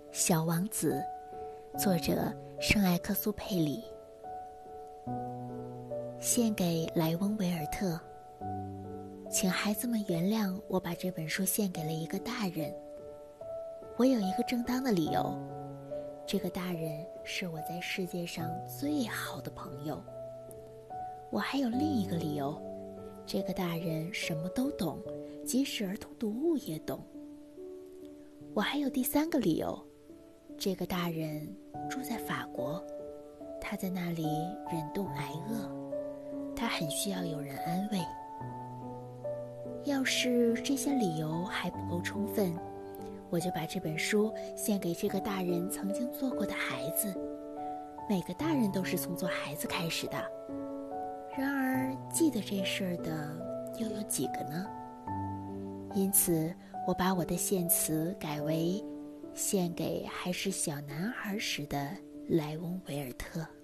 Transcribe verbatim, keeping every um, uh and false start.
小王子，作者圣埃克苏佩里。献给莱翁维尔特。请孩子们原谅我把这本书献给了一个大人。我有一个正当的理由，这个大人是我在世界上最好的朋友。我还有另一个理由，这个大人什么都懂，即使儿童读物也懂。我还有第三个理由，这个大人住在法国，他在那里忍冻挨饿，他很需要有人安慰。要是这些理由还不够充分，我就把这本书献给这个大人曾经做过的孩子。每个大人都是从做孩子开始的，然而记得这事儿的又有几个呢？因此我把我的献词改为献给还是小男孩时的莱翁维尔特。